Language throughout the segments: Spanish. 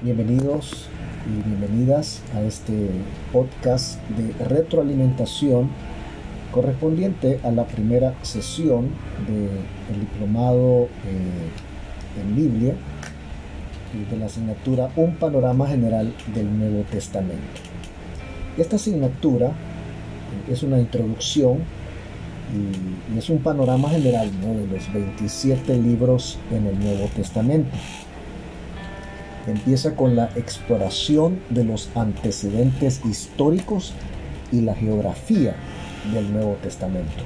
Bienvenidos y bienvenidas a este podcast de retroalimentación correspondiente a la primera sesión del diplomado en Biblia y de la asignatura Un panorama general del Nuevo Testamento. Esta asignatura es una introducción y es un panorama general, ¿no?, de los 27 libros en el Nuevo Testamento. Empieza con la exploración de los antecedentes históricos y la geografía del Nuevo Testamento.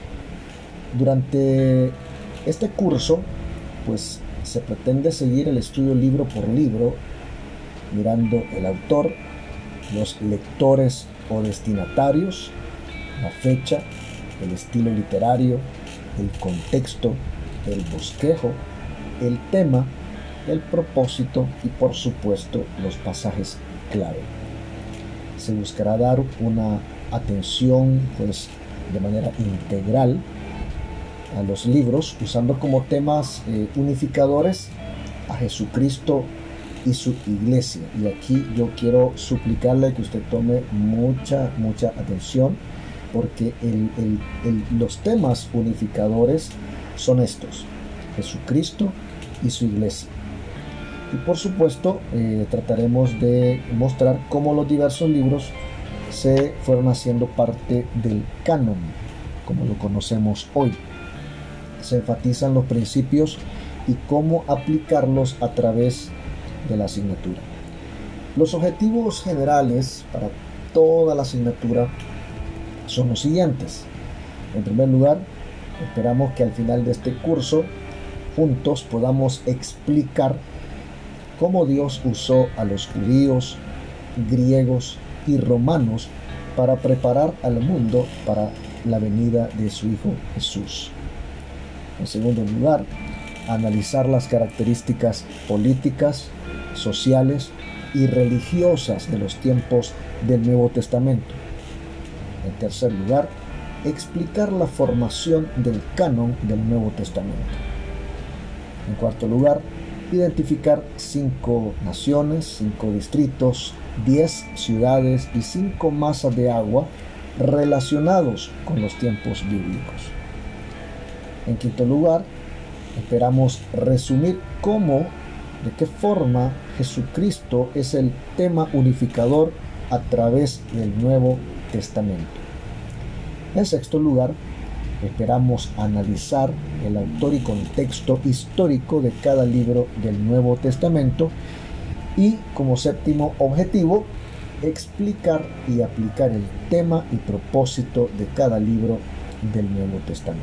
Durante este curso, pues se pretende seguir el estudio libro por libro, mirando el autor, los lectores o destinatarios, la fecha, el estilo literario, el contexto, el bosquejo, el tema, el propósito y por supuesto los pasajes clave. Se buscará dar una atención de manera integral a los libros, usando como temas unificadores a Jesucristo y su iglesia. Y aquí yo quiero suplicarle que usted tome mucha atención, porque los temas unificadores son estos: Jesucristo y su iglesia. Y por supuesto trataremos de mostrar cómo los diversos libros se fueron haciendo parte del canon, como lo conocemos hoy. Se enfatizan los principios y cómo aplicarlos a través de la asignatura. Los objetivos generales para toda la asignatura son los siguientes. En primer lugar, esperamos que al final de este curso juntos podamos explicar cómo Dios usó a los judíos, griegos y romanos para preparar al mundo para la venida de su Hijo Jesús. En segundo lugar, analizar las características políticas, sociales y religiosas de los tiempos del Nuevo Testamento. En tercer lugar, explicar la formación del canon del Nuevo Testamento. En cuarto lugar, identificar 5 naciones, 5 distritos, 10 ciudades y 5 masas de agua relacionados con los tiempos bíblicos. En quinto lugar, esperamos resumir de qué forma Jesucristo es el tema unificador a través del Nuevo Testamento. En sexto lugar, esperamos analizar el autor y contexto histórico de cada libro del Nuevo Testamento. Y como séptimo objetivo, explicar y aplicar el tema y propósito de cada libro del Nuevo Testamento.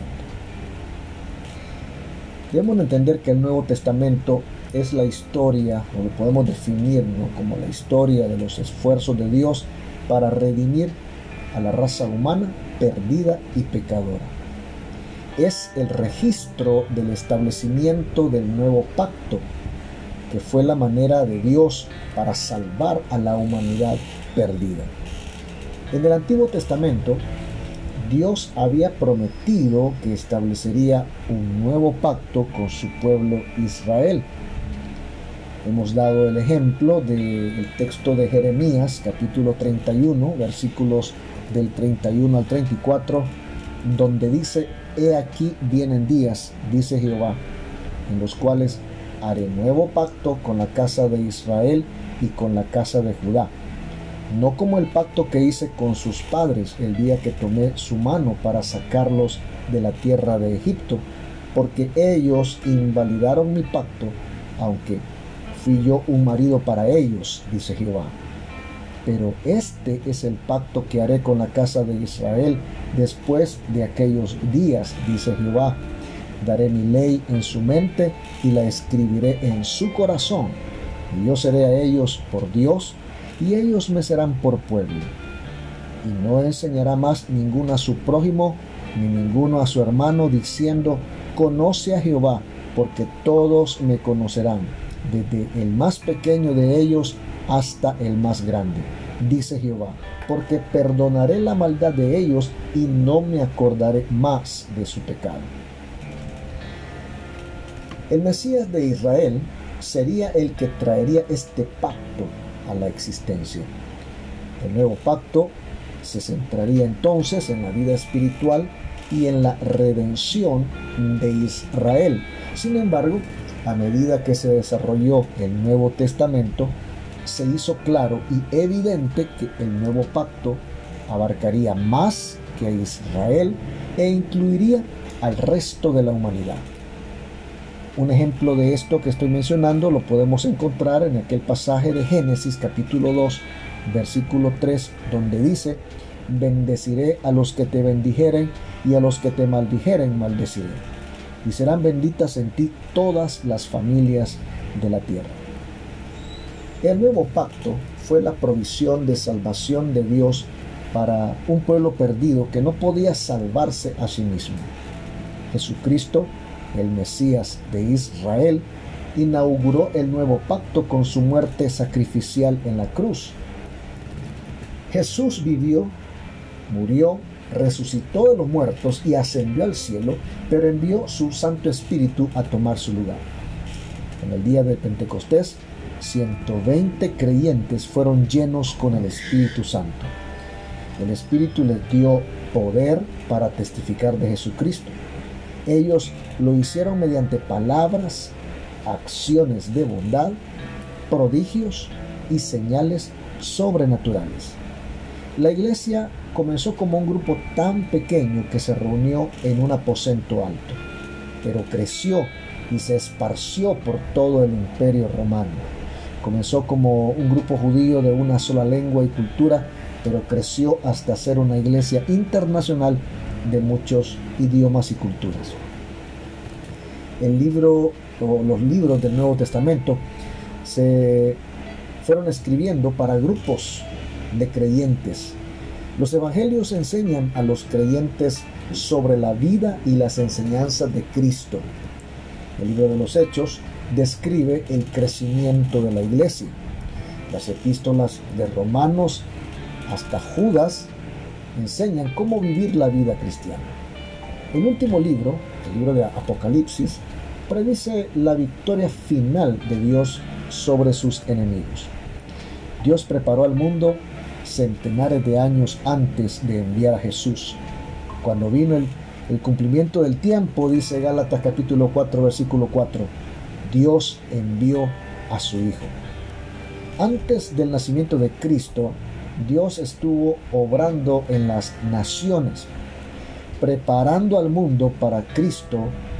Debemos entender que el Nuevo Testamento es la historia, o lo podemos definir, ¿no?, como la historia de los esfuerzos de Dios para redimir a la raza humana perdida y pecadora. Es el registro del establecimiento del nuevo pacto, que fue la manera de Dios para salvar a la humanidad perdida. En el Antiguo Testamento, Dios había prometido que establecería un nuevo pacto con su pueblo Israel. Hemos dado el ejemplo del texto de Jeremías, capítulo 31, versículos del 31 al 34, donde dice: He aquí vienen días, dice Jehová, en los cuales haré nuevo pacto con la casa de Israel y con la casa de Judá, no como el pacto que hice con sus padres el día que tomé su mano para sacarlos de la tierra de Egipto, porque ellos invalidaron mi pacto, aunque fui yo un marido para ellos, dice Jehová. Pero este es el pacto que haré con la casa de Israel después de aquellos días, dice Jehová. Daré mi ley en su mente y la escribiré en su corazón. Y yo seré a ellos por Dios, y ellos me serán por pueblo. Y no enseñará más ninguno a su prójimo, ni ninguno a su hermano, diciendo: Conoce a Jehová, porque todos me conocerán, desde el más pequeño de ellos hasta el más grande, dice Jehová, porque perdonaré la maldad de ellos y no me acordaré más de su pecado. El Mesías de Israel sería el que traería este pacto a la existencia. El nuevo pacto se centraría entonces en la vida espiritual y en la redención de Israel. Sin embargo, a medida que se desarrolló el Nuevo Testamento, se hizo claro y evidente que el nuevo pacto abarcaría más que a Israel e incluiría al resto de la humanidad. Un ejemplo de esto que estoy mencionando lo podemos encontrar en aquel pasaje de Génesis capítulo 2, versículo 3, donde dice: bendeciré a los que te bendijeren y a los que te maldijeren maldeciré, y serán benditas en ti todas las familias de la tierra. El nuevo pacto fue la provisión de salvación de Dios para un pueblo perdido que no podía salvarse a sí mismo. Jesucristo, el Mesías de Israel, inauguró el nuevo pacto con su muerte sacrificial en la cruz. Jesús vivió, murió, resucitó de los muertos y ascendió al cielo, pero envió su Santo Espíritu a tomar su lugar. En el día de Pentecostés, 120 creyentes fueron llenos con el Espíritu Santo. El Espíritu les dio poder para testificar de Jesucristo. Ellos lo hicieron mediante palabras, acciones de bondad, prodigios y señales sobrenaturales. La iglesia comenzó como un grupo tan pequeño que se reunió en un aposento alto, pero creció y se esparció por todo el imperio romano. Comenzó como un grupo judío de una sola lengua y cultura, pero creció hasta ser una iglesia internacional de muchos idiomas y culturas. El libro o los libros del Nuevo Testamento se fueron escribiendo para grupos de creyentes. Los evangelios enseñan a los creyentes sobre la vida y las enseñanzas de Cristo. El libro de los Hechos describe el crecimiento de la iglesia. Las epístolas de Romanos hasta Judas enseñan cómo vivir la vida cristiana. El último libro, el libro de Apocalipsis, predice la victoria final de Dios sobre sus enemigos. Dios preparó al mundo centenares de años antes de enviar a Jesús. Cuando vino el cumplimiento del tiempo, dice Gálatas capítulo 4, versículo 4, Dios envió a su Hijo. Antes del nacimiento de Cristo, Dios estuvo obrando en las naciones, preparando al mundo para Cristo,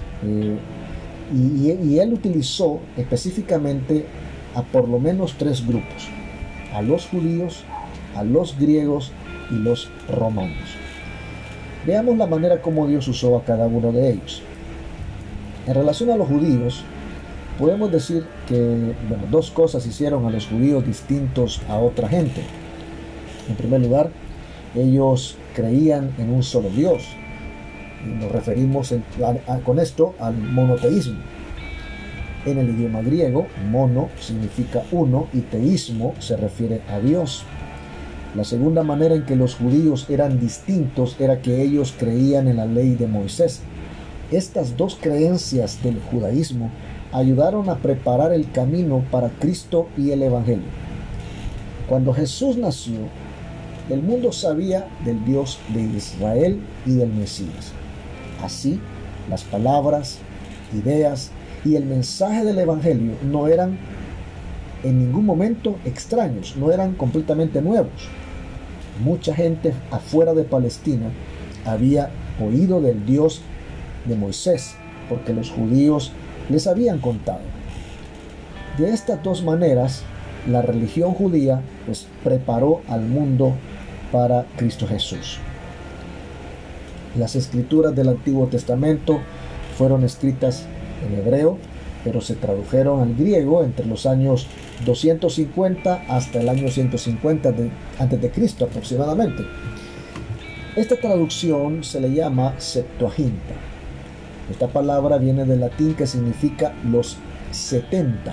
y Él utilizó específicamente a por lo menos tres grupos: a los judíos, a los griegos y los romanos. Veamos la manera como Dios usó a cada uno de ellos. En relación a los judíos, podemos decir que dos cosas hicieron a los judíos distintos a otra gente. En primer lugar, ellos creían en un solo Dios. Y nos referimos con esto al monoteísmo. En el idioma griego, mono significa uno y teísmo se refiere a Dios. La segunda manera en que los judíos eran distintos era que ellos creían en la ley de Moisés. Estas dos creencias del judaísmo ayudaron a preparar el camino para Cristo y el Evangelio. Cuando Jesús nació, el mundo sabía del Dios de Israel y del Mesías. Así, las palabras, ideas y el mensaje del Evangelio no eran en ningún momento extraños, no eran completamente nuevos. Mucha gente afuera de Palestina había oído del Dios de Moisés, porque los judíos les habían contado. De estas dos maneras, la religión judía preparó al mundo para Cristo Jesús. Las escrituras del Antiguo Testamento fueron escritas en hebreo, pero se tradujeron al griego entre los años 250 hasta el año 150 antes de Cristo aproximadamente. Esta traducción se le llama Septuaginta. Esta palabra viene del latín que significa los 70.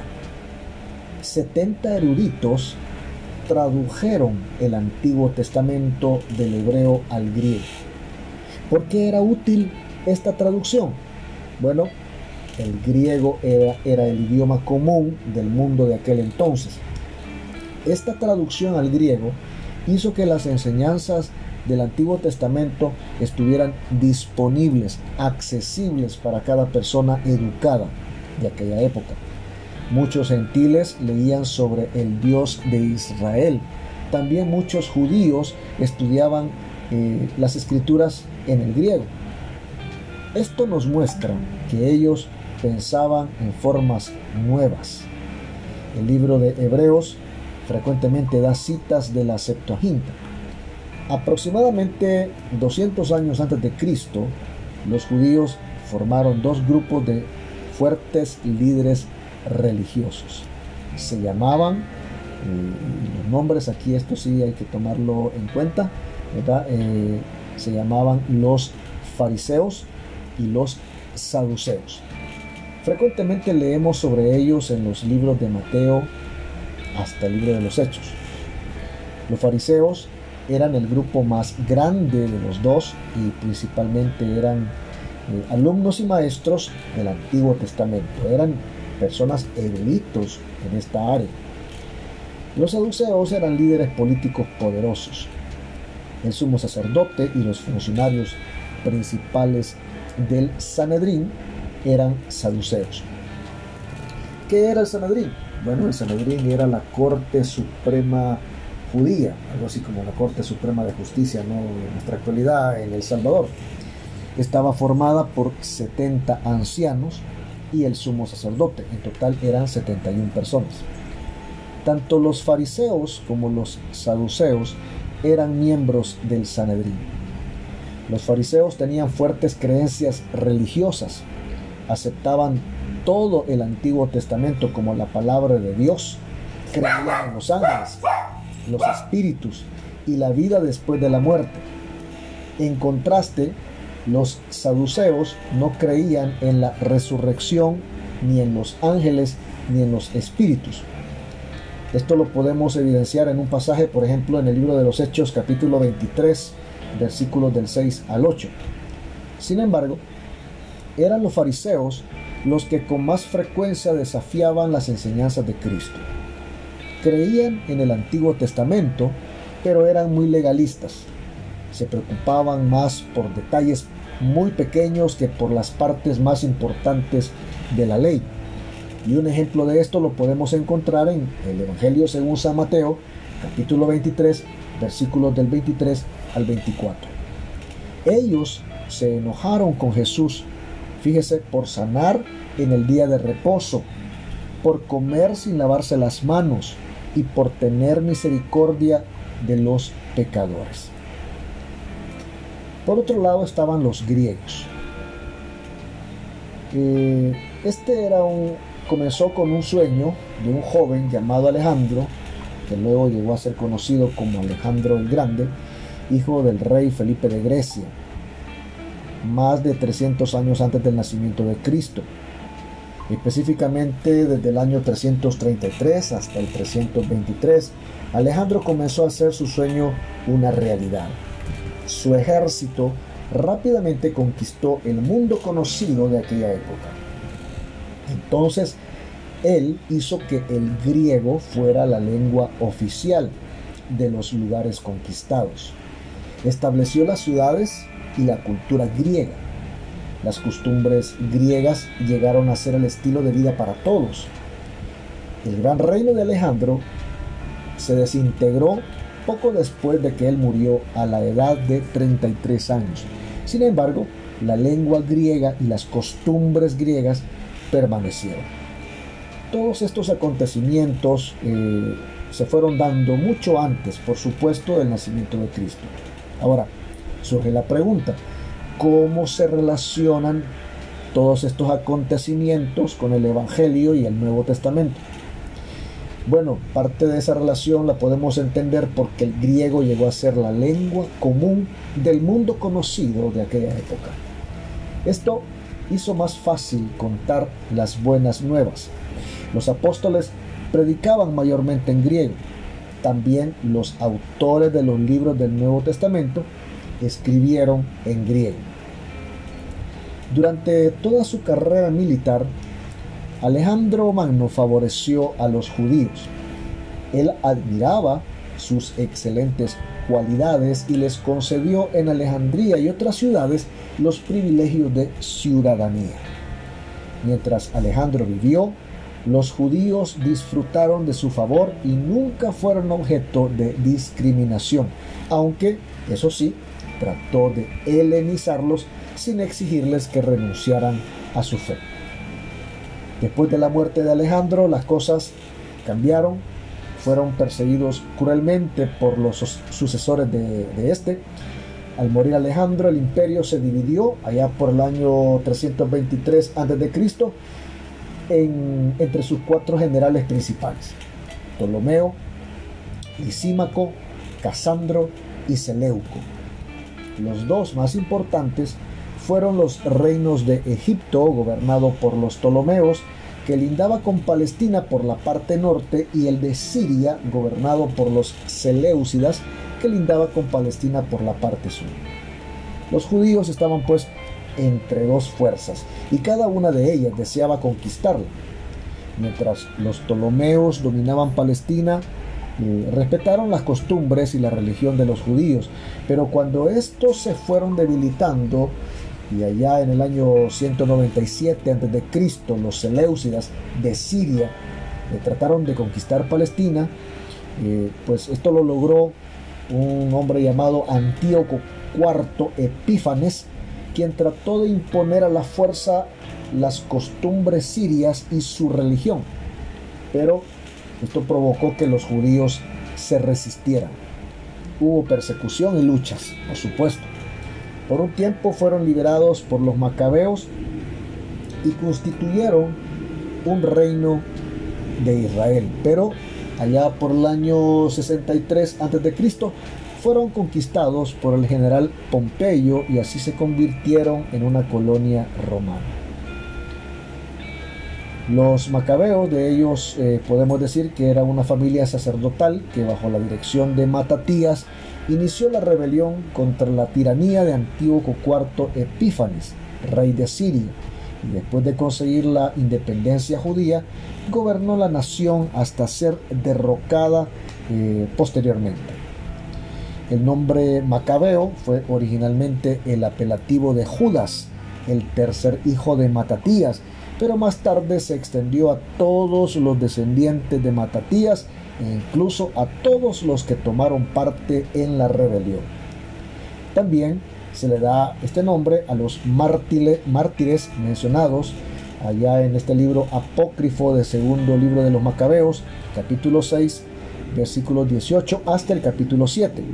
70 eruditos tradujeron el Antiguo Testamento del hebreo al griego. ¿Por qué era útil esta traducción? Bueno, El griego era el idioma común del mundo de aquel entonces. Esta traducción al griego hizo que las enseñanzas del Antiguo Testamento estuvieran disponibles, accesibles para cada persona educada de aquella época. Muchos gentiles leían sobre el Dios de Israel. También muchos judíos estudiaban las escrituras en el griego. Esto nos muestra que ellos pensaban en formas nuevas. El libro de Hebreos frecuentemente da citas de la Septuaginta. Aproximadamente 200 años antes de Cristo, los judíos formaron dos grupos de fuertes líderes religiosos. Se llamaban, los nombres aquí, esto sí hay que tomarlo en cuenta, ¿verdad? Se llamaban los fariseos y los saduceos. Frecuentemente leemos sobre ellos en los libros de Mateo hasta el libro de los Hechos. Los fariseos eran el grupo más grande de los dos y principalmente eran alumnos y maestros del Antiguo Testamento. Eran personas eruditos en esta área. Los saduceos eran líderes políticos poderosos. El sumo sacerdote y los funcionarios principales del Sanedrín eran saduceos. ¿Qué era el Sanedrín? Bueno, el Sanedrín era la Corte Suprema judía, algo así como la Corte Suprema de Justicia, ¿no?, en nuestra actualidad en El Salvador. Estaba formada por 70 ancianos y el sumo sacerdote. En total eran 71 personas. Tanto los fariseos como los saduceos eran miembros del Sanedrín. Los fariseos tenían fuertes creencias religiosas, aceptaban todo el Antiguo Testamento como la palabra de Dios, creían en los ángeles, los espíritus y la vida después de la muerte. En contraste, los saduceos no creían en la resurrección, ni en los ángeles, ni en los espíritus. Esto lo podemos evidenciar en un pasaje, por ejemplo, en el libro de los Hechos, capítulo 23, versículos del 6 al 8. Sin embargo, eran los fariseos los que con más frecuencia desafiaban las enseñanzas de Cristo. Creían en el Antiguo Testamento, pero eran muy legalistas. Se preocupaban más por detalles muy pequeños que por las partes más importantes de la ley. Y un ejemplo de esto lo podemos encontrar en el Evangelio según San Mateo, capítulo 23, versículos del 23 al 24. Ellos se enojaron con Jesús, fíjese, por sanar en el día de reposo, por comer sin lavarse las manos y por tener misericordia de los pecadores. Por otro lado estaban los griegos. Comenzó con un sueño de un joven llamado Alejandro, que luego llegó a ser conocido como Alejandro el Grande, hijo del rey Felipe de Grecia, más de 300 años antes del nacimiento de Cristo. Específicamente desde el año 333 hasta el 323, Alejandro comenzó a hacer su sueño una realidad. Su ejército rápidamente conquistó el mundo conocido de aquella época. Entonces, él hizo que el griego fuera la lengua oficial de los lugares conquistados. Estableció las ciudades y la cultura griega. Las costumbres griegas llegaron a ser el estilo de vida para todos. El gran reino de Alejandro se desintegró poco después de que él murió a la edad de 33 años. Sin embargo, la lengua griega y las costumbres griegas permanecieron. Todos estos acontecimientos se fueron dando mucho antes, por supuesto, del nacimiento de Cristo. Ahora, surge la pregunta: ¿cómo se relacionan todos estos acontecimientos con el Evangelio y el Nuevo Testamento? Bueno, parte de esa relación la podemos entender porque el griego llegó a ser la lengua común del mundo conocido de aquella época. Esto hizo más fácil contar las buenas nuevas. Los apóstoles predicaban mayormente en griego. También los autores de los libros del Nuevo Testamento escribieron en griego. Durante toda su carrera militar, Alejandro Magno favoreció a los judíos. Él admiraba sus excelentes cualidades y les concedió en Alejandría y otras ciudades los privilegios de ciudadanía. Mientras Alejandro vivió, los judíos disfrutaron de su favor y nunca fueron objeto de discriminación, aunque, eso sí, trató de helenizarlos sin exigirles que renunciaran a su fe. Después de la muerte de Alejandro, las cosas cambiaron. Fueron perseguidos cruelmente por los sucesores de este. Al morir Alejandro, el imperio se dividió allá por el año 323 a.C. Entre sus 4 generales principales: Ptolomeo, Lisímaco, Casandro y Seleuco. Los 2 más importantes fueron los reinos de Egipto, gobernado por los Ptolomeos, que lindaba con Palestina por la parte norte, y el de Siria, gobernado por los Seleucidas, que lindaba con Palestina por la parte sur. Los judíos estaban pues entre 2 fuerzas, y cada una de ellas deseaba conquistarla. Mientras los Ptolomeos dominaban Palestina, respetaron las costumbres y la religión de los judíos, pero cuando estos se fueron debilitando, y allá en el año 197 a.C., los Seleucidas de Siria trataron de conquistar Palestina, pues esto lo logró un hombre llamado Antíoco IV Epífanes, quien trató de imponer a la fuerza las costumbres sirias y su religión, pero esto provocó que los judíos se resistieran. Hubo persecución y luchas, por supuesto. Por un tiempo fueron liberados por los macabeos y constituyeron un reino de Israel, pero allá por el año 63 a.C. fueron conquistados por el general Pompeyo y así se convirtieron en una colonia romana. Los macabeos, de ellos podemos decir que era una familia sacerdotal que bajo la dirección de Matatías inició la rebelión contra la tiranía de Antíoco IV Epífanes, rey de Siria, y después de conseguir la independencia judía, gobernó la nación hasta ser derrocada posteriormente. El nombre macabeo fue originalmente el apelativo de Judas, el tercer hijo de Matatías, pero más tarde se extendió a todos los descendientes de Matatías e incluso a todos los que tomaron parte en la rebelión. También se le da este nombre a los mártires mencionados allá en este libro apócrifo de segundo libro de los Macabeos, capítulo 6, versículos 18 hasta el capítulo 7.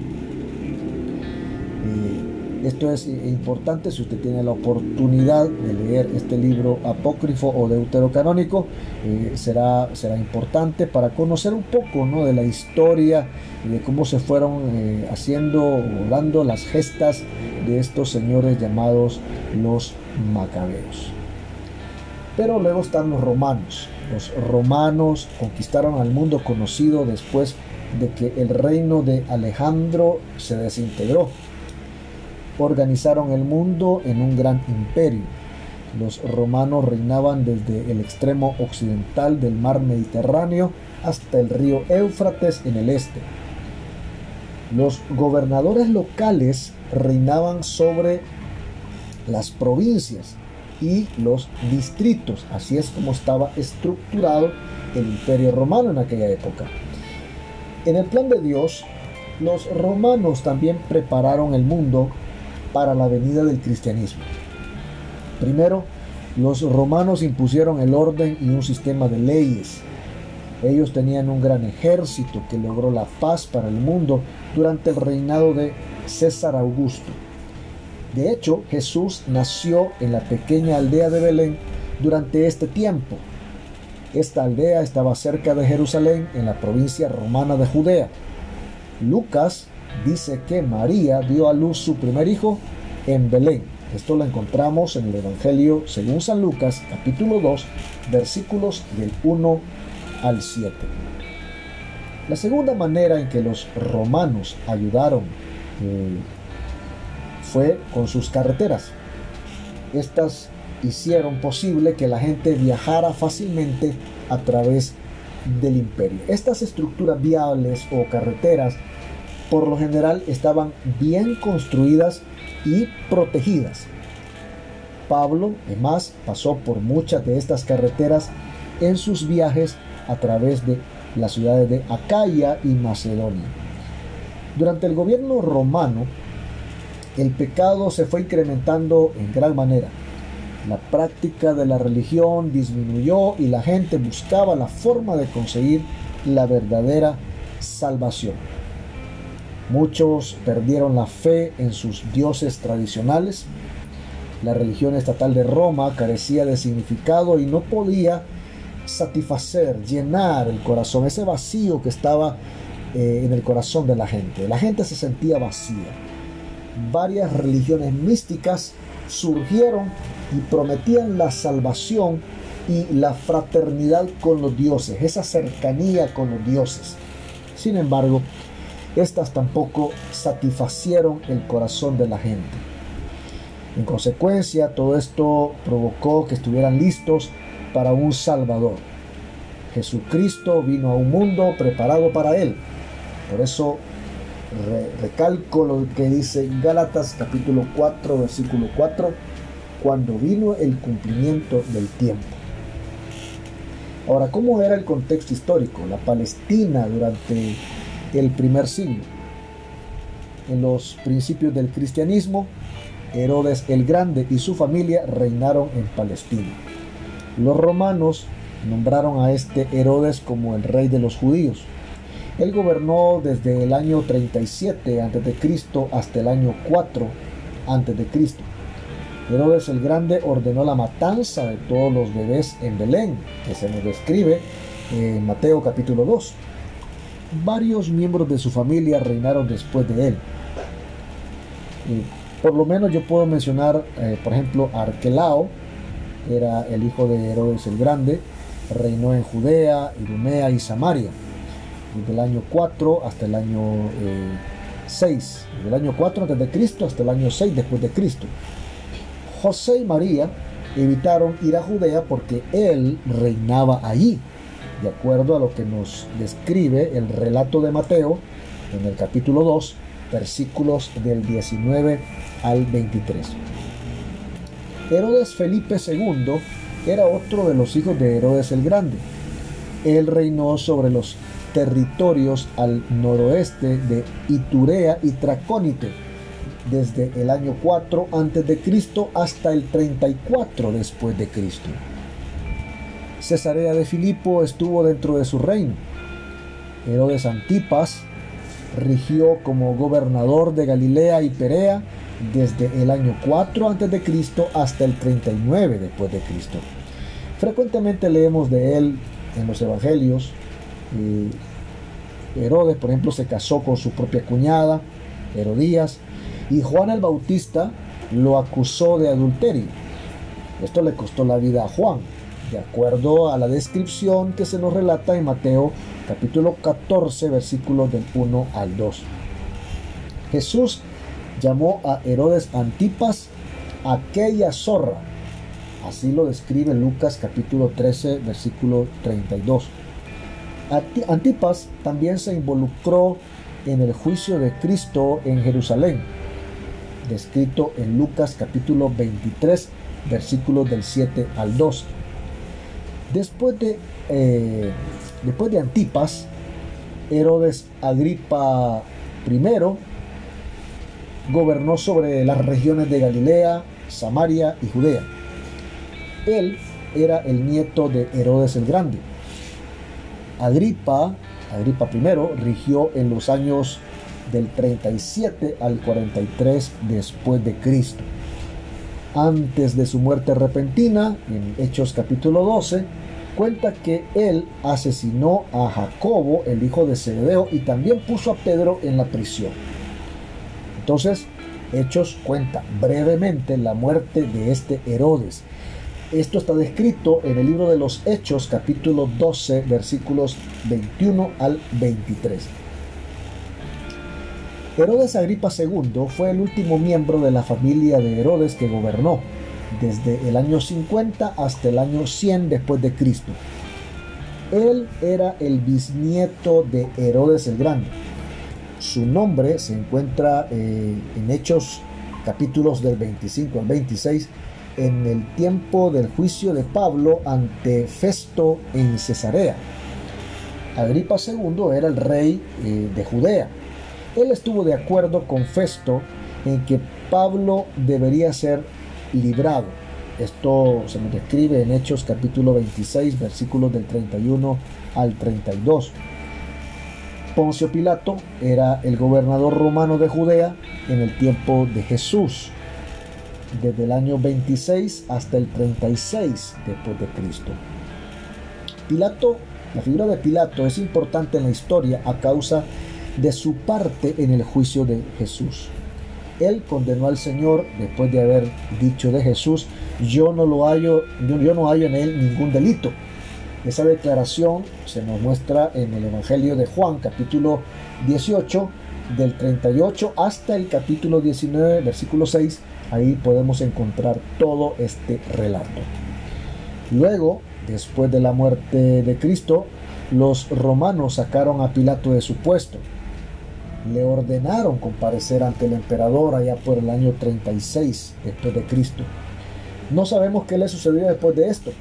Esto es importante si usted tiene la oportunidad de leer este libro apócrifo o deuterocanónico, será importante para conocer un poco, ¿no?, de la historia y de cómo se fueron haciendo o dando las gestas de estos señores llamados los macabeos. Pero luego están los romanos. Los romanos conquistaron al mundo conocido después de que el reino de Alejandro se desintegró. Organizaron el mundo en un gran imperio. Los romanos reinaban desde el extremo occidental del mar Mediterráneo hasta el río Éufrates en el este. Los gobernadores locales reinaban sobre las provincias y los distritos. Así es como estaba estructurado el imperio romano en aquella época. En el plan de Dios, los romanos también prepararon el mundo para la venida del cristianismo. Primero, los romanos impusieron el orden y un sistema de leyes. Ellos tenían un gran ejército que logró la paz para el mundo durante el reinado de César Augusto. De hecho, Jesús nació en la pequeña aldea de Belén durante este tiempo. Esta aldea estaba cerca de Jerusalén, en la provincia romana de Judea. Lucas dice que María dio a luz su primer hijo en Belén. Esto lo encontramos en el Evangelio según San Lucas, capítulo 2, versículos del 1 al 7. La segunda manera en que los romanos ayudaron fue con sus carreteras. Estas hicieron posible que la gente viajara fácilmente a través del imperio. Estas estructuras viables o carreteras por lo general estaban bien construidas y protegidas. Pablo, además, pasó por muchas de estas carreteras en sus viajes a través de las ciudades de Acaya y Macedonia. Durante el gobierno romano, el pecado se fue incrementando en gran manera. La práctica de la religión disminuyó y la gente buscaba la forma de conseguir la verdadera salvación. Muchos perdieron la fe en sus dioses tradicionales. La religión estatal de Roma carecía de significado y no podía satisfacer, llenar el corazón, ese vacío que estaba en el corazón de la gente. La gente se sentía vacía. Varias religiones místicas surgieron y prometían la salvación y la fraternidad con los dioses, esa cercanía con los dioses. Sin embargo, estas tampoco satisfacieron el corazón de la gente. En consecuencia, todo esto provocó que estuvieran listos para un Salvador. Jesucristo vino a un mundo preparado para él. Por eso recalco lo que dice Gálatas capítulo 4, versículo 4, cuando vino el cumplimiento del tiempo. Ahora, ¿cómo era el contexto histórico? La Palestina durante el primer siglo. En los principios del cristianismo, Herodes el Grande y su familia reinaron en Palestina. Los romanos nombraron a este Herodes como el rey de los judíos. Él gobernó desde el año 37 a.C. hasta el año 4 a.C. Herodes el Grande ordenó la matanza de todos los bebés en Belén, que se nos describe en Mateo capítulo 2. Varios miembros de su familia reinaron después de él. Por lo menos yo puedo mencionar, por ejemplo, Arquelao, era el hijo de Herodes el Grande, reinó en Judea, Idumea y Samaria, desde el año 4 hasta el año 6, desde el año 4 a.C. hasta el año 6 después de Cristo. José y María evitaron ir a Judea porque él reinaba allí, de acuerdo a lo que nos describe el relato de Mateo en el capítulo 2, versículos del 19 al 23. Herodes Felipe II era otro de los hijos de Herodes el Grande. Él reinó sobre los territorios al noroeste de Iturea y Tracónite desde el año 4 a.C. hasta el 34 después de Cristo. Cesarea de Filipo estuvo dentro de su reino. Herodes Antipas rigió como gobernador de Galilea y Perea desde el año 4 a.C. hasta el 39 después de Cristo. Frecuentemente leemos de él en los evangelios. Herodes, por ejemplo, se casó con su propia cuñada, Herodías, y Juan el Bautista lo acusó de adulterio. Esto le costó la vida a Juan, de acuerdo a la descripción que se nos relata en Mateo capítulo 14, versículos del 1 al 2. Jesús llamó a Herodes Antipas aquella zorra. Así lo describe Lucas capítulo 13, versículo 32. Antipas también se involucró en el juicio de Cristo en Jerusalén, descrito en Lucas capítulo 23, versículos del 7 al 2. Después de Antipas, Herodes Agripa I gobernó sobre las regiones de Galilea, Samaria y Judea. Él era el nieto de Herodes el Grande. Agripa I rigió en los años del 37 al 43 después de Cristo. Antes de su muerte repentina, en Hechos capítulo 12, cuenta que él asesinó a Jacobo, el hijo de Zebedeo, y también puso a Pedro en la prisión. Entonces, Hechos cuenta brevemente la muerte de este Herodes. Esto está descrito en el libro de los Hechos, capítulo 12, versículos 21 al 23. Herodes Agripa II fue el último miembro de la familia de Herodes que gobernó. desde el año 50 hasta el año 100 después de Cristo. Él era el bisnieto de Herodes el Grande. Su nombre se encuentra en Hechos capítulos del 25 al 26 en el tiempo del juicio de Pablo ante Festo en Cesarea. Agripa II era el rey de Judea. Él estuvo de acuerdo con Festo en que Pablo debería ser librado. Esto se nos describe en Hechos capítulo 26, versículos del 31 al 32. Poncio Pilato era el gobernador romano de Judea en el tiempo de Jesús, desde el año 26 hasta el 36 después de Cristo. La figura de Pilato es importante en la historia a causa de su parte en el juicio de Jesús. Él condenó al Señor después de haber dicho de Jesús: yo no hallo en él ningún delito. Esa declaración se nos muestra en el Evangelio de Juan, capítulo 18, del 38 hasta el capítulo 19, versículo 6. Ahí podemos encontrar todo este relato. Luego, después de la muerte de Cristo, los romanos sacaron a Pilato de su puesto. Le ordenaron comparecer ante el emperador allá por el año 36 después de Cristo. No sabemos qué le sucedió después de esto.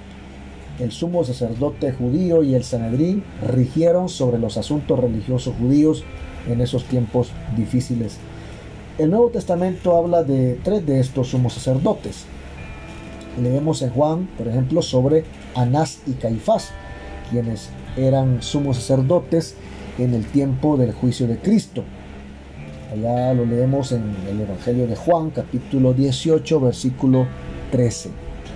El sumo sacerdote judío y el Sanedrín rigieron sobre los asuntos religiosos judíos en esos tiempos difíciles. El Nuevo Testamento habla de 3 de estos sumos sacerdotes. Leemos en Juan, por ejemplo, sobre Anás y Caifás, quienes eran sumos sacerdotes en el tiempo del juicio de Cristo. Allá lo leemos en el Evangelio de Juan, capítulo 18, versículo 13.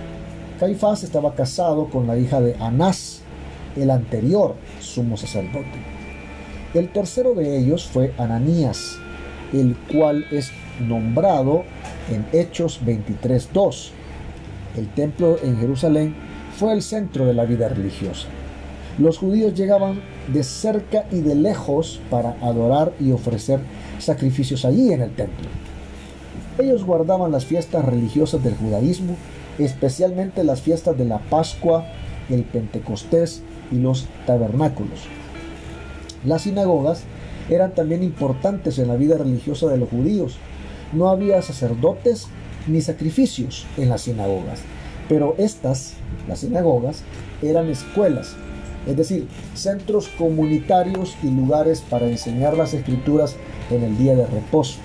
Caifás estaba casado con la hija de Anás, el anterior sumo sacerdote. El tercero de ellos fue Ananías, el cual es nombrado en Hechos 23:2. El templo en Jerusalén fue el centro de la vida religiosa. Los judíos llegaban de cerca y de lejos para adorar y ofrecer sacrificios allí en el templo. Ellos guardaban las fiestas religiosas del judaísmo, especialmente las fiestas de la Pascua, el Pentecostés y los tabernáculos. Las sinagogas eran también importantes en la vida religiosa de los judíos. No había sacerdotes ni sacrificios en las sinagogas, pero las sinagogas, eran escuelas, es decir, centros comunitarios y lugares para enseñar las escrituras en el día de reposo.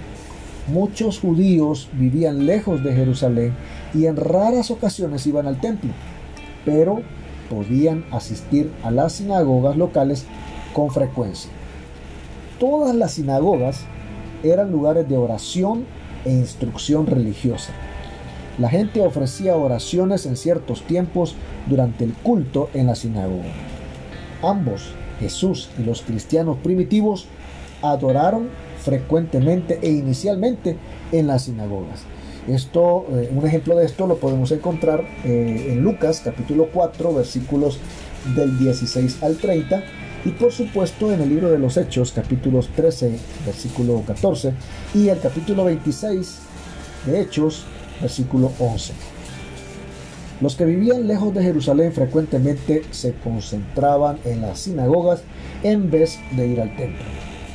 Muchos judíos vivían lejos de Jerusalén y en raras ocasiones iban al templo, pero podían asistir a las sinagogas locales con frecuencia. Todas las sinagogas eran lugares de oración e instrucción religiosa. La gente ofrecía oraciones en ciertos tiempos durante el culto en la sinagoga. Ambos, Jesús y los cristianos primitivos, adoraron frecuentemente e inicialmente en las sinagogas. Un ejemplo de esto lo podemos encontrar en Lucas capítulo 4 versículos del 16 al 30 y por supuesto en el libro de los Hechos capítulos 13 versículo 14 y el capítulo 26 de Hechos versículo 11. Los que vivían lejos de Jerusalén frecuentemente se concentraban en las sinagogas en vez de ir al templo.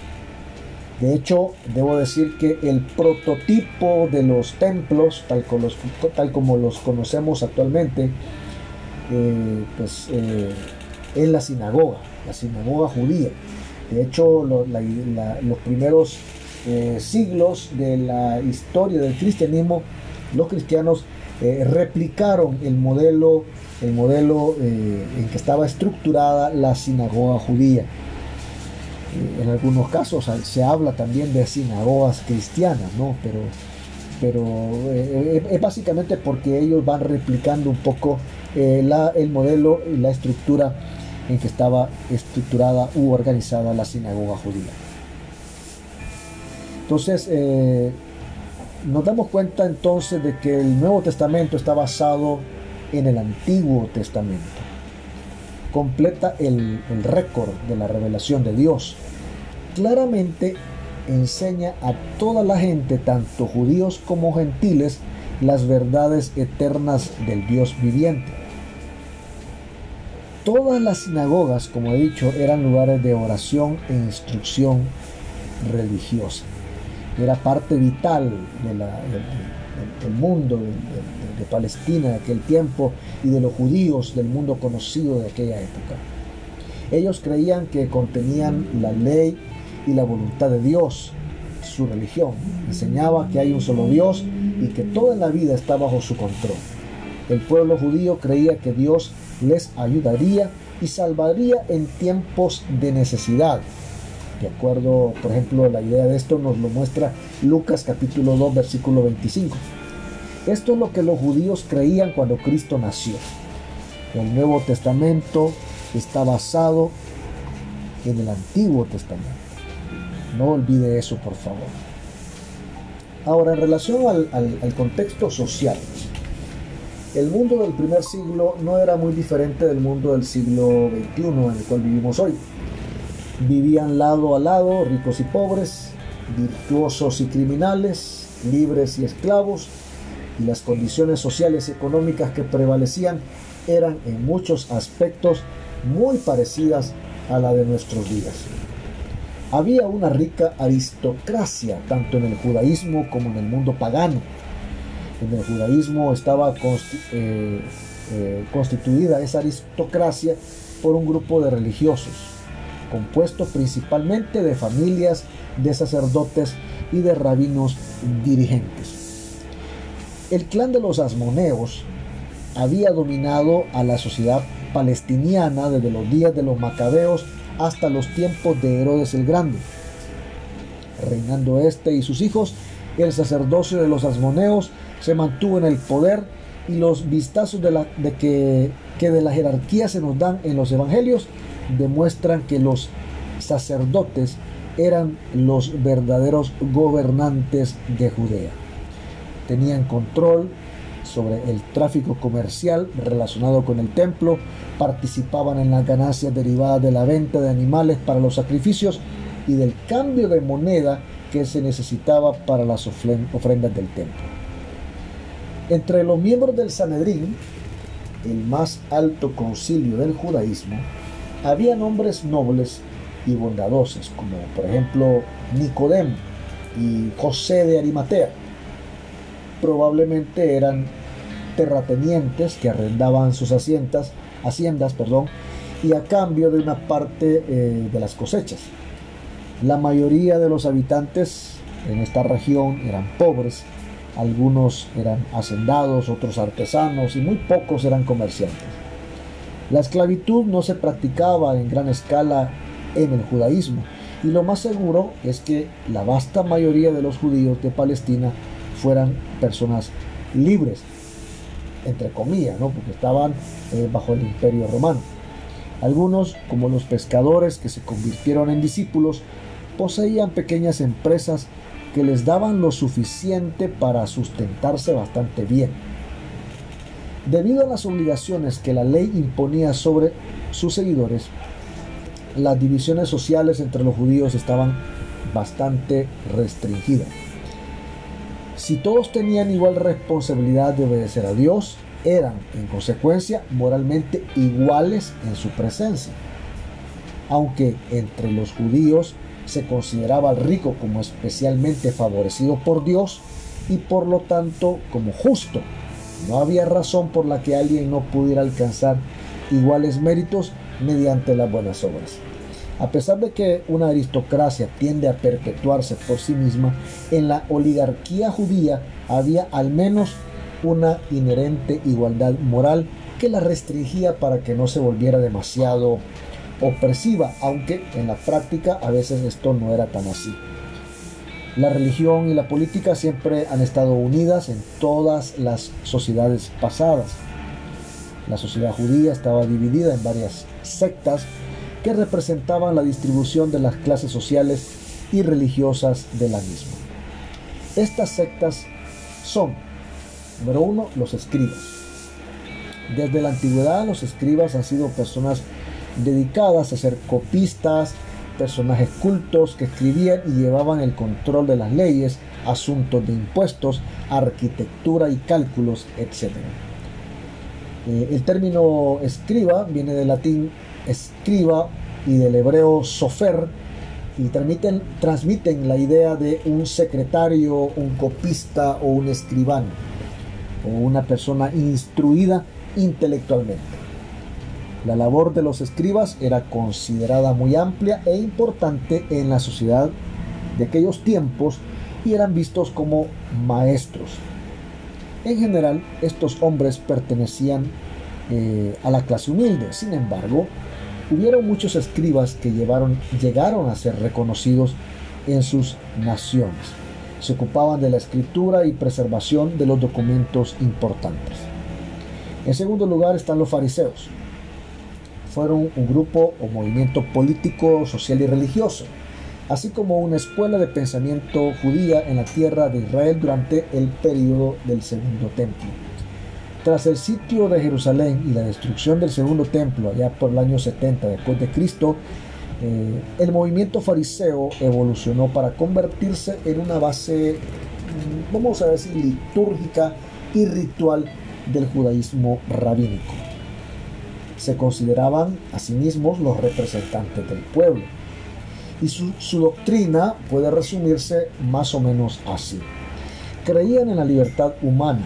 De hecho, debo decir que el prototipo de los templos, tal como los conocemos actualmente, es la sinagoga judía. De hecho, los primeros siglos de la historia del cristianismo, los cristianos replicaron el modelo en que estaba estructurada la sinagoga judía. En algunos casos se habla también de sinagogas cristianas, ¿no? Pero es básicamente porque ellos van replicando un poco el modelo y la estructura en que estaba estructurada u organizada la sinagoga judía. Entonces, nos damos cuenta entonces de que el Nuevo Testamento está basado en el Antiguo Testamento. Completa el récord de la revelación de Dios. Claramente enseña a toda la gente, tanto judíos como gentiles, las verdades eternas del Dios viviente. Todas las sinagogas, como he dicho, eran lugares de oración e instrucción religiosa. Era parte vital del mundo de Palestina de aquel tiempo y de los judíos del mundo conocido de aquella época. Ellos creían que contenían la ley y la voluntad de Dios. Su religión enseñaba que hay un solo Dios y que toda la vida está bajo su control. El pueblo judío creía que Dios les ayudaría y salvaría en tiempos de necesidad. De acuerdo, por ejemplo, la idea de esto nos lo muestra Lucas capítulo 2, versículo 25. Esto es lo que los judíos creían cuando Cristo nació. El Nuevo Testamento está basado en el Antiguo Testamento. No olvide eso, por favor. Ahora, en relación al contexto social, el mundo del primer siglo no era muy diferente del mundo del siglo XXI en el cual vivimos hoy. Vivían lado a lado, ricos y pobres, virtuosos y criminales, libres y esclavos, y las condiciones sociales y económicas que prevalecían eran en muchos aspectos muy parecidas a la de nuestros días. Había una rica aristocracia, tanto en el judaísmo como en el mundo pagano. En el judaísmo estaba constituida esa aristocracia por un grupo de religiosos, compuesto principalmente de familias de sacerdotes y de rabinos dirigentes. El clan de los asmoneos había dominado a la sociedad palestiniana desde los días de los macabeos hasta los tiempos de Herodes el Grande. Reinando este y sus hijos, el sacerdocio de los asmoneos se mantuvo en el poder, y los vistazos que de la jerarquía se nos dan en los evangelios demuestran que los sacerdotes eran los verdaderos gobernantes de Judea. Tenían control sobre el tráfico comercial relacionado con el templo, participaban en las ganancias derivadas de la venta de animales para los sacrificios y del cambio de moneda que se necesitaba para las ofrendas del templo. Entre los miembros del Sanedrín, el más alto concilio del judaísmo, había hombres nobles y bondadosos, como por ejemplo Nicodemo y José de Arimatea. Probablemente eran terratenientes que arrendaban sus haciendas, y a cambio de una parte de las cosechas. La mayoría de los habitantes en esta región eran pobres. Algunos eran hacendados, otros artesanos y muy pocos eran comerciantes. La esclavitud no se practicaba en gran escala en el judaísmo, y lo más seguro es que la vasta mayoría de los judíos de Palestina fueran personas libres, entre comillas, ¿no? Porque estaban bajo el imperio romano. Algunos, como los pescadores que se convirtieron en discípulos, poseían pequeñas empresas que les daban lo suficiente para sustentarse bastante bien. Debido a las obligaciones que la ley imponía sobre sus seguidores, las divisiones sociales entre los judíos estaban bastante restringidas. Si todos tenían igual responsabilidad de obedecer a Dios, eran, en consecuencia, moralmente iguales en su presencia. Aunque entre los judíos se consideraba al rico como especialmente favorecido por Dios y por lo tanto como justo, no había razón por la que alguien no pudiera alcanzar iguales méritos mediante las buenas obras. A pesar de que una aristocracia tiende a perpetuarse por sí misma, en la oligarquía judía había al menos una inherente igualdad moral que la restringía para que no se volviera demasiado opresiva, aunque en la práctica a veces esto no era tan así. La religión y la política siempre han estado unidas en todas las sociedades pasadas. La sociedad judía estaba dividida en varias sectas que representaban la distribución de las clases sociales y religiosas de la misma. Estas sectas son, número 1, los escribas. Desde la antigüedad, los escribas han sido personas dedicadas a ser copistas personajes cultos que escribían y llevaban el control de las leyes, asuntos de impuestos, arquitectura y cálculos, etc. El término escriba viene del latín escriba y del hebreo sofer, y transmiten la idea de un secretario, un copista o un escribano, o una persona instruida intelectualmente. La labor de los escribas era considerada muy amplia e importante en la sociedad de aquellos tiempos y eran vistos como maestros. En general, estos hombres pertenecían a la clase humilde. Sin embargo, hubieron muchos escribas que llegaron a ser reconocidos en sus naciones. Se ocupaban de la escritura y preservación de los documentos importantes. En segundo lugar están los fariseos. Fueron un grupo o movimiento político, social y religioso, así como una escuela de pensamiento judía en la tierra de Israel durante el período del Segundo Templo. Tras el sitio de Jerusalén y la destrucción del Segundo Templo allá por el año 70 después de Cristo, el movimiento fariseo evolucionó para convertirse en una base, vamos a decir, litúrgica y ritual del judaísmo rabínico. Se consideraban a sí mismos los representantes del pueblo, y su doctrina puede resumirse más o menos así. Creían en la libertad humana,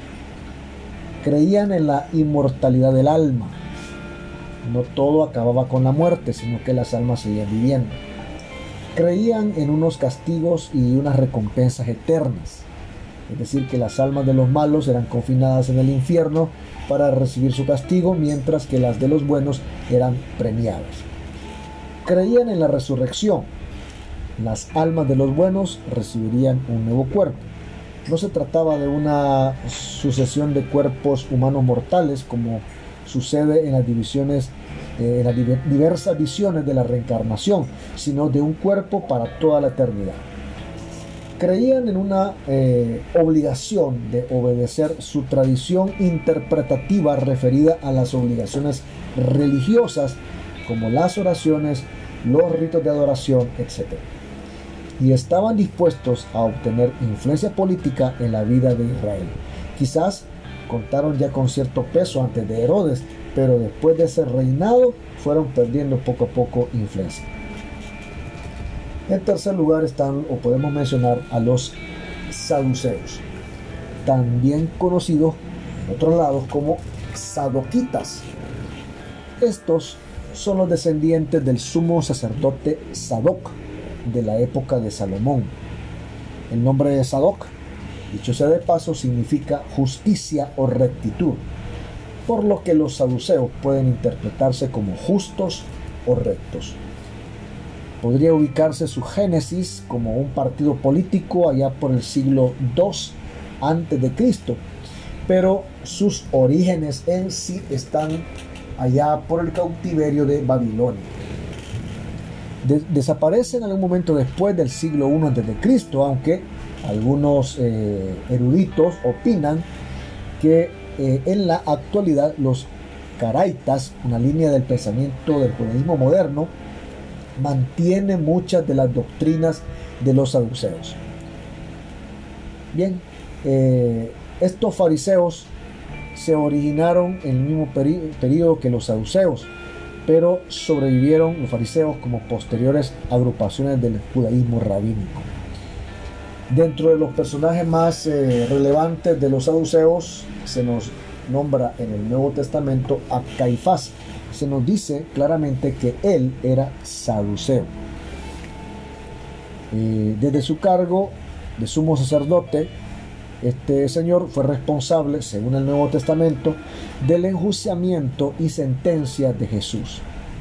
creían en la inmortalidad del alma. No todo acababa con la muerte, sino que las almas seguían viviendo. Creían en unos castigos y unas recompensas eternas, es decir, que las almas de los malos eran confinadas en el infierno para recibir su castigo, mientras que las de los buenos eran premiadas. Creían en la resurrección. Las almas de los buenos recibirían un nuevo cuerpo. No se trataba de una sucesión de cuerpos humanos mortales como sucede en las diversas visiones de la reencarnación, sino de un cuerpo para toda la eternidad. Creían en una obligación de obedecer su tradición interpretativa referida a las obligaciones religiosas como las oraciones, los ritos de adoración, etc. Y estaban dispuestos a obtener influencia política en la vida de Israel. Quizás contaron ya con cierto peso antes de Herodes, pero después de ese reinado fueron perdiendo poco a poco influencia. En tercer lugar están, o podemos mencionar, a los saduceos, también conocidos en otros lados como sadoquitas. Estos son los descendientes del sumo sacerdote Sadoc de la época de Salomón. El nombre de Sadoc, dicho sea de paso, significa justicia o rectitud, por lo que los saduceos pueden interpretarse como justos o rectos. Podría ubicarse su génesis como un partido político allá por el siglo II a.C., pero sus orígenes en sí están allá por el cautiverio de Babilonia. Desaparece en algún momento después del siglo I a.C., aunque algunos eruditos opinan que en la actualidad los caraitas, una línea del pensamiento del judaísmo moderno, mantiene muchas de las doctrinas de los saduceos. Bien, estos fariseos se originaron en el mismo periodo que los saduceos, pero sobrevivieron los fariseos como posteriores agrupaciones del judaísmo rabínico. Dentro de los personajes más relevantes de los saduceos se nos nombra en el Nuevo Testamento a Caifás. Se nos dice claramente que él era saduceo. Desde su cargo de sumo sacerdote, este señor fue responsable, según el Nuevo Testamento, del enjuiciamiento y sentencia de Jesús.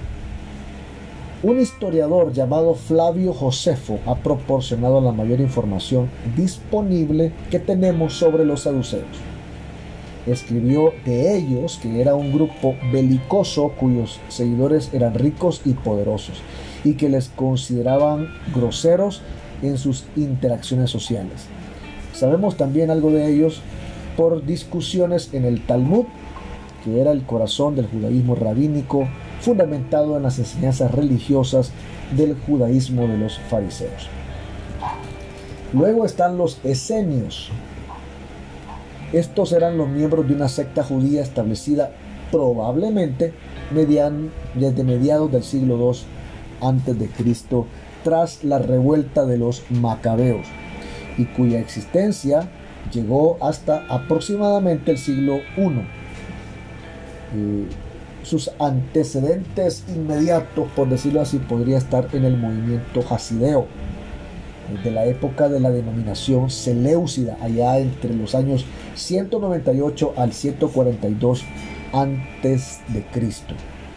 Un historiador llamado Flavio Josefo ha proporcionado la mayor información disponible que tenemos sobre los saduceos. Escribió de ellos que era un grupo belicoso cuyos seguidores eran ricos y poderosos y que les consideraban groseros en sus interacciones sociales. Sabemos también algo de ellos por discusiones en el Talmud, que era el corazón del judaísmo rabínico fundamentado en las enseñanzas religiosas del judaísmo de los fariseos. Luego están los esenios. Estos eran los miembros de una secta judía establecida probablemente desde mediados del siglo II a.C., tras la revuelta de los macabeos, y cuya existencia llegó hasta aproximadamente el siglo I. Sus antecedentes inmediatos, por decirlo así, podría estar en el movimiento hasideo, de la época de la denominación seleucida, allá entre los años 198 al 142 antes de Cristo.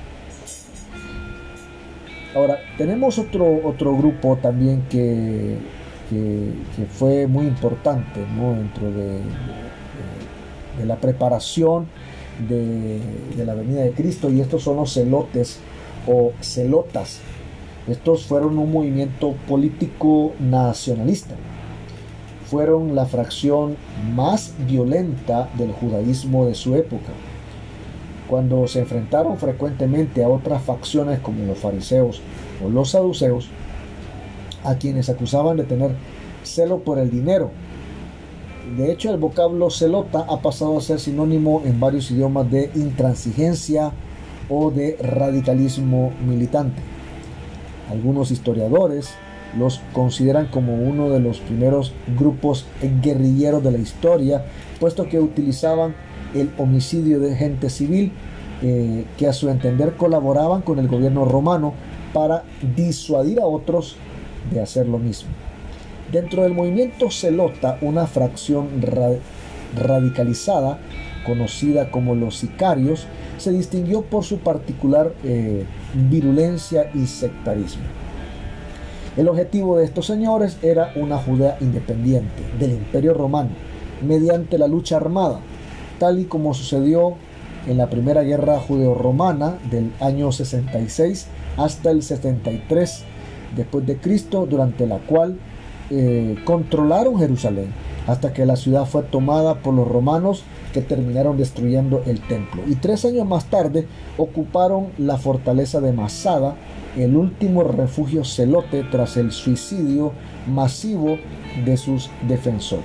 Ahora, tenemos otro grupo también que fue muy importante, ¿no?, dentro de la preparación de la venida de Cristo, y estos son los celotes o celotas. Estos fueron un movimiento político nacionalista. Fueron la fracción más violenta del judaísmo de su época. Cuando se enfrentaron frecuentemente a otras facciones como los fariseos o los saduceos, a quienes acusaban de tener celo por el dinero. De hecho, el vocablo celota ha pasado a ser sinónimo en varios idiomas de intransigencia o de radicalismo militante. Algunos historiadores los consideran como uno de los primeros grupos guerrilleros de la historia, puesto que utilizaban el homicidio de gente civil que a su entender colaboraban con el gobierno romano para disuadir a otros de hacer lo mismo. Dentro del movimiento celota, una fracción radicalizada, conocida como los sicarios, se distinguió por su particular virulencia y sectarismo. El objetivo de estos señores era una Judea independiente del Imperio Romano mediante la lucha armada, tal y como sucedió en la Primera Guerra Judeo-Romana del año 66 hasta el 73 después de Cristo, durante la cual controlaron Jerusalén hasta que la ciudad fue tomada por los romanos, que terminaron destruyendo el templo, y 3 años más tarde ocuparon la fortaleza de Masada, el último refugio celote tras el suicidio masivo de sus defensores.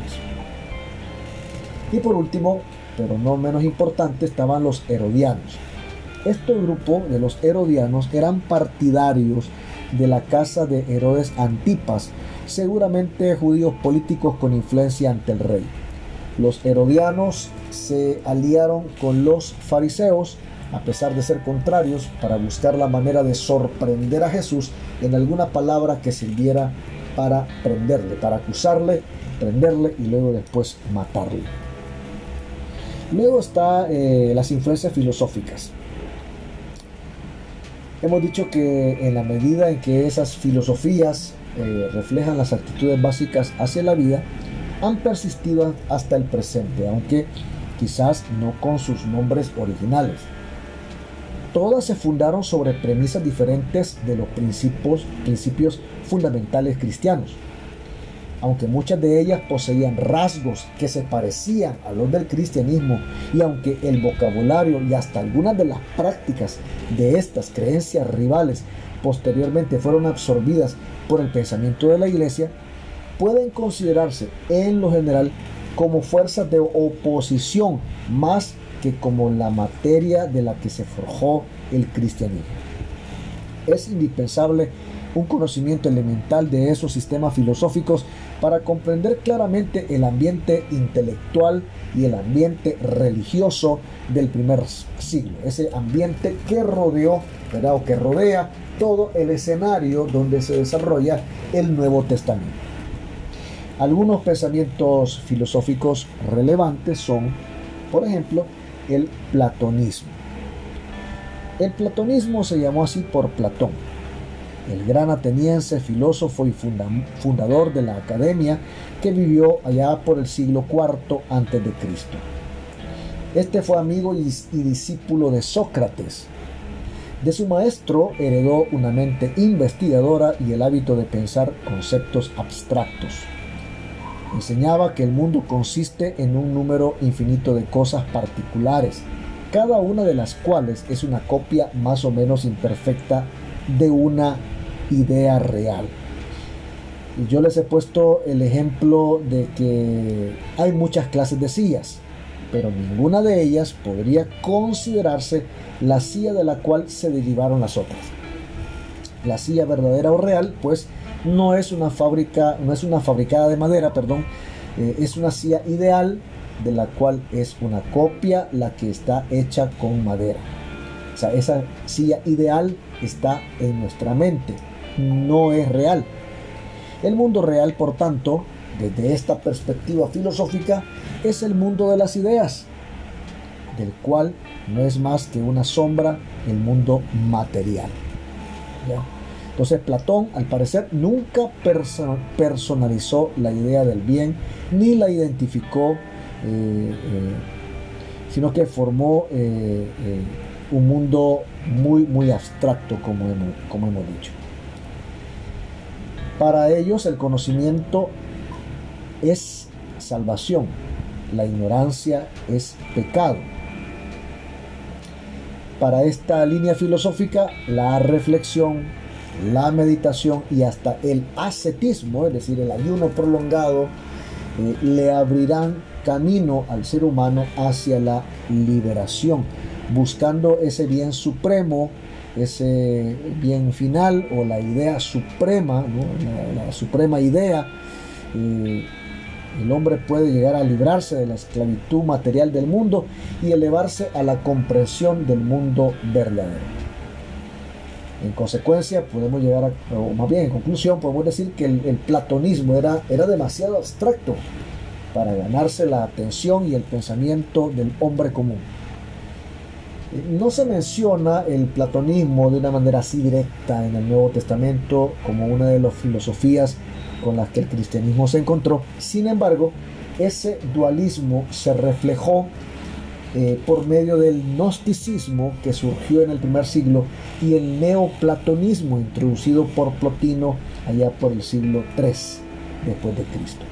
Y por último, pero no menos importante, estaban los herodianos. Este grupo de los herodianos eran partidarios de la casa de Herodes Antipas, seguramente judíos políticos con influencia ante el rey. Los herodianos se aliaron con los fariseos, a pesar de ser contrarios, para buscar la manera de sorprender a Jesús en alguna palabra que sirviera para prenderle, para acusarle, prenderle y luego después matarle. Luego está las influencias filosóficas. Hemos dicho que en la medida en que esas filosofías reflejan las actitudes básicas hacia la vida, han persistido hasta el presente, aunque quizás no con sus nombres originales. Todas se fundaron sobre premisas diferentes de los principios fundamentales cristianos. Aunque muchas de ellas poseían rasgos que se parecían a los del cristianismo, y aunque el vocabulario y hasta algunas de las prácticas de estas creencias rivales posteriormente fueron absorbidas por el pensamiento de la Iglesia, pueden considerarse en lo general como fuerzas de oposición más que como la materia de la que se forjó el cristianismo. Es indispensable un conocimiento elemental de esos sistemas filosóficos para comprender claramente el ambiente intelectual y el ambiente religioso del primer siglo, ese ambiente que rodeó, ¿verdad?, o que rodea todo el escenario donde se desarrolla el Nuevo Testamento. Algunos pensamientos filosóficos relevantes son, por ejemplo, el platonismo. El platonismo se llamó así por Platón, el gran ateniense, filósofo y fundador de la academia, que vivió allá por el siglo IV a.C. Este fue amigo y discípulo de Sócrates. De su maestro heredó una mente investigadora y el hábito de pensar conceptos abstractos. Enseñaba que el mundo consiste en un número infinito de cosas particulares, cada una de las cuales es una copia más o menos imperfecta de una idea real. Y yo les he puesto el ejemplo de que hay muchas clases de sillas, pero ninguna de ellas podría considerarse la silla de la cual se derivaron las otras. La silla verdadera o real, pues, no es una fabricada de madera, es una silla ideal de la cual es una copia la que está hecha con madera. O sea, esa silla ideal está en nuestra mente, no es real. El mundo real, por tanto, desde esta perspectiva filosófica, es el mundo de las ideas, del cual no es más que una sombra el mundo material. ¿Ya? Entonces Platón, al parecer, nunca personalizó la idea del bien, ni la identificó, sino que formó un mundo muy, muy abstracto, como hemos dicho. Para ellos el conocimiento es salvación, la ignorancia es pecado. Para esta línea filosófica, la reflexión, la meditación y hasta el ascetismo, es decir, el ayuno prolongado, le abrirán camino al ser humano hacia la liberación, buscando ese bien supremo, ese bien final o la idea suprema, ¿no? la suprema idea. El hombre puede llegar a librarse de la esclavitud material del mundo y elevarse a la comprensión del mundo verdadero. En consecuencia, podemos llegar o más bien en conclusión, podemos decir que el platonismo era demasiado abstracto para ganarse la atención y el pensamiento del hombre común. No se menciona el platonismo de una manera así directa en el Nuevo Testamento como una de las filosofías con las que el cristianismo se encontró. Sin embargo, ese dualismo se reflejó por medio del gnosticismo que surgió en el primer siglo y el neoplatonismo introducido por Plotino allá por el siglo III después de Cristo.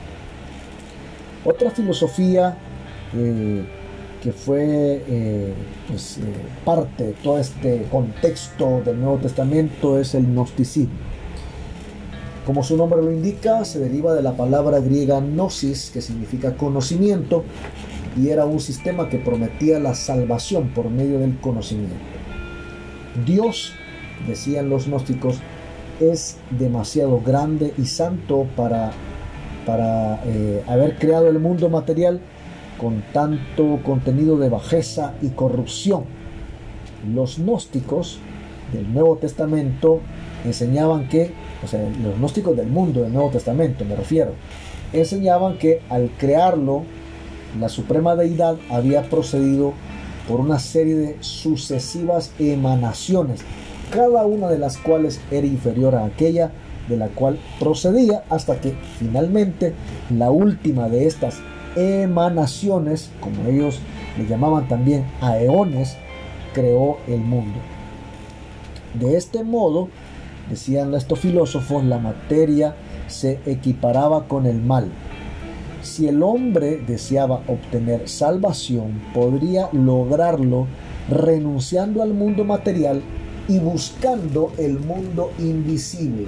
Otra filosofía que fue parte de todo este contexto del Nuevo Testamento es el gnosticismo. Como su nombre lo indica, se deriva de la palabra griega gnosis, que significa conocimiento, y era un sistema que prometía la salvación por medio del conocimiento. Dios, decían los gnósticos, es demasiado grande y santo para haber creado el mundo material con tanto contenido de bajeza y corrupción. Los gnósticos del Nuevo Testamento enseñaban que, los gnósticos del mundo del Nuevo Testamento me refiero, enseñaban que al crearlo, la suprema deidad había procedido por una serie de sucesivas emanaciones, cada una de las cuales era inferior a aquella de la cual procedía, hasta que finalmente la última de estas emanaciones, como ellos le llamaban también aeones, creó el mundo. De este modo, decían estos filósofos, la materia se equiparaba con el mal. Si el hombre deseaba obtener salvación, podría lograrlo renunciando al mundo material y buscando el mundo invisible.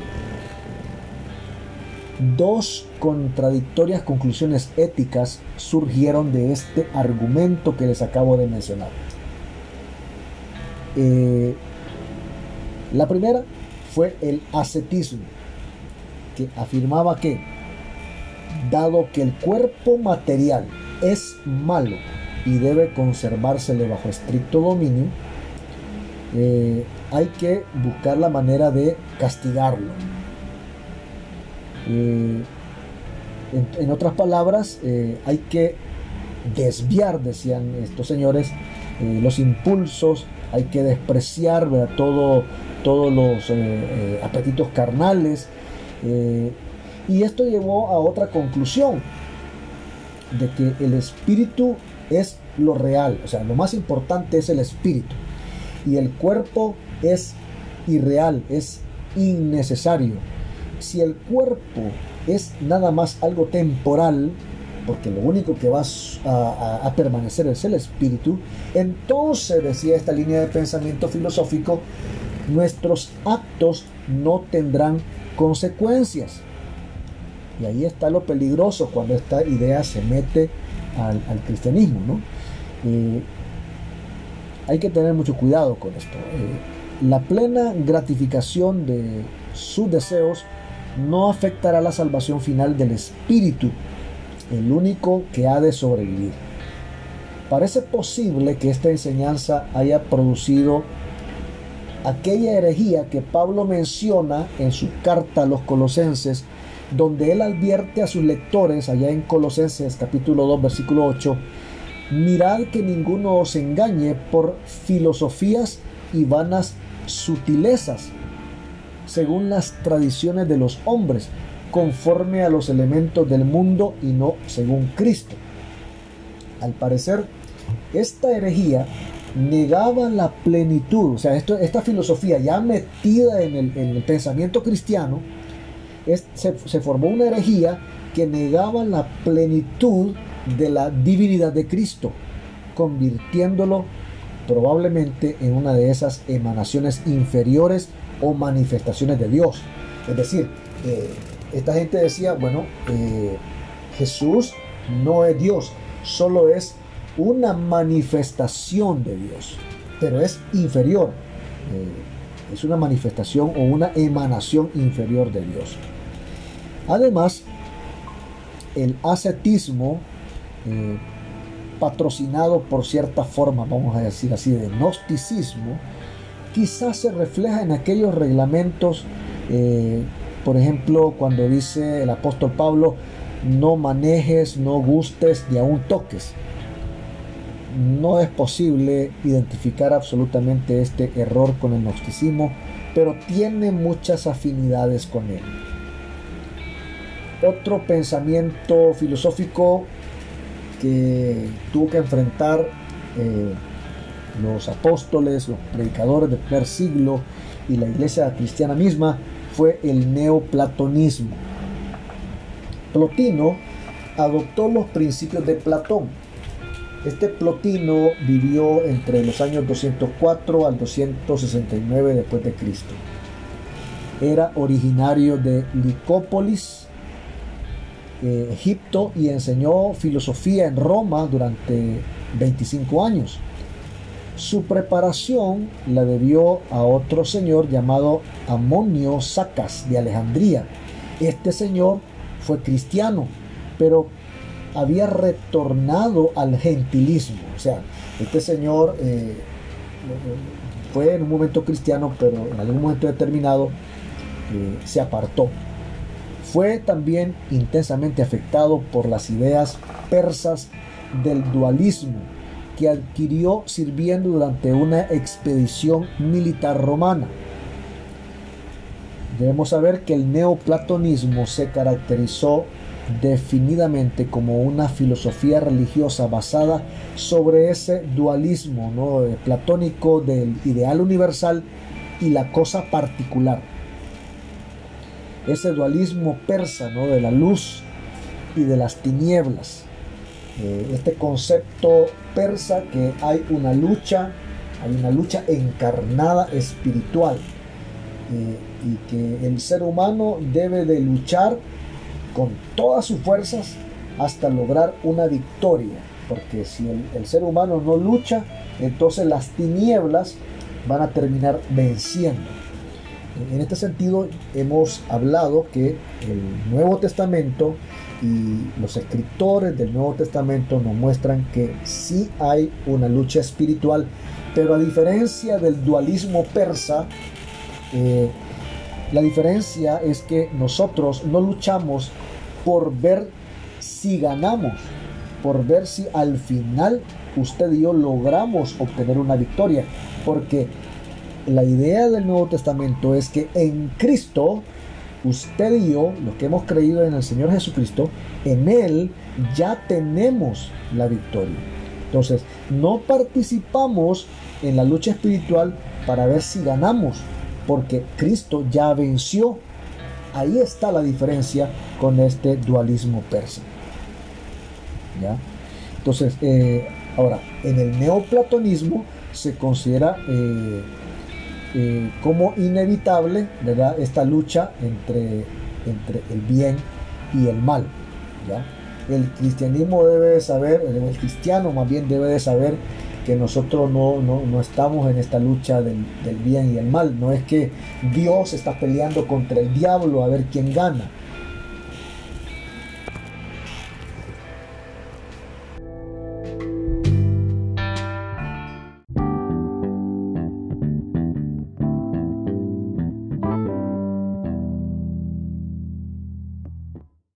Dos contradictorias conclusiones éticas surgieron de este argumento que les acabo de mencionar. La primera fue el ascetismo, que afirmaba que, dado que el cuerpo material es malo y debe conservársele bajo estricto dominio, hay que buscar la manera de castigarlo. En otras palabras, hay que desviar, decían estos señores, los impulsos, hay que despreciar, ¿verdad?, todos los apetitos carnales, y esto llevó a otra conclusión, de que el espíritu es lo real, o sea, lo más importante es el espíritu, y el cuerpo es irreal, es innecesario. Si el cuerpo es nada más algo temporal, porque lo único que va a permanecer es el espíritu, entonces, decía esta línea de pensamiento filosófico, nuestros actos no tendrán consecuencias. Y ahí está lo peligroso cuando esta idea se mete al cristianismo, ¿no? Hay que tener mucho cuidado con esto. La plena gratificación de sus deseos no afectará la salvación final del espíritu, el único que ha de sobrevivir. Parece posible que esta enseñanza haya producido aquella herejía que Pablo menciona en su carta a los Colosenses, donde él advierte a sus lectores allá en Colosenses capítulo 2 versículo 8: mirad que ninguno os engañe por filosofías y vanas sutilezas, según las tradiciones de los hombres, conforme a los elementos del mundo y no según Cristo. Al parecer, esta herejía negaba la plenitud, o sea, esta filosofía ya metida en el pensamiento cristiano, se formó una herejía que negaba la plenitud de la divinidad de Cristo, convirtiéndolo probablemente en una de esas emanaciones inferiores o manifestaciones de Dios. Es decir, esta gente decía, bueno, Jesús no es Dios, solo es una manifestación de Dios, pero es inferior, es una manifestación o una emanación inferior de Dios. Además, el ascetismo, patrocinado por cierta forma, vamos a decir así, de gnosticismo, quizás se refleja en aquellos reglamentos, por ejemplo, cuando dice el apóstol Pablo: no manejes, no gustes, ni aun toques. No es posible identificar absolutamente este error con el gnosticismo, pero tiene muchas afinidades con él. Otro pensamiento filosófico que tuvo que enfrentar los apóstoles, los predicadores del primer siglo y la iglesia cristiana misma fue el neoplatonismo. Plotino adoptó los principios de Platón. Este Plotino vivió entre los años 204 al 269 después de Cristo. Era originario de Licópolis, Egipto, y enseñó filosofía en Roma durante 25 años. Su preparación la debió a otro señor llamado Amonio Sacas de Alejandría. Este señor fue cristiano, pero había retornado al gentilismo. O sea, este señor fue en un momento cristiano, pero en algún momento determinado se apartó. Fue también intensamente afectado por las ideas persas del dualismo que adquirió sirviendo durante una expedición militar romana. Debemos saber que el neoplatonismo se caracterizó definidamente como una filosofía religiosa basada sobre ese dualismo, ¿no?, platónico del ideal universal y la cosa particular. Ese dualismo persa, ¿no?, de la luz y de las tinieblas. Este concepto persa que hay una lucha encarnada espiritual, y que el ser humano debe de luchar con todas sus fuerzas hasta lograr una victoria, porque si el ser humano no lucha, entonces las tinieblas van a terminar venciendo. En este sentido, hemos hablado que el Nuevo Testamento y los escritores del Nuevo Testamento nos muestran que sí hay una lucha espiritual, pero a diferencia del dualismo persa, la diferencia es que nosotros no luchamos por ver si ganamos, por ver si al final usted y yo logramos obtener una victoria, porque la idea del Nuevo Testamento es que en Cristo, usted y yo, los que hemos creído en el Señor Jesucristo, en Él ya tenemos la victoria. Entonces, no participamos en la lucha espiritual para ver si ganamos, porque Cristo ya venció. Ahí está la diferencia con este dualismo persa. ¿ya? Entonces, ahora, en el neoplatonismo se considera como inevitable, ¿verdad?, esta lucha entre el bien y el mal, ¿ya? El cristianismo debe de saber, el cristiano más bien debe de saber que nosotros no estamos en esta lucha del bien y el mal. No es que Dios está peleando contra el diablo a ver quién gana.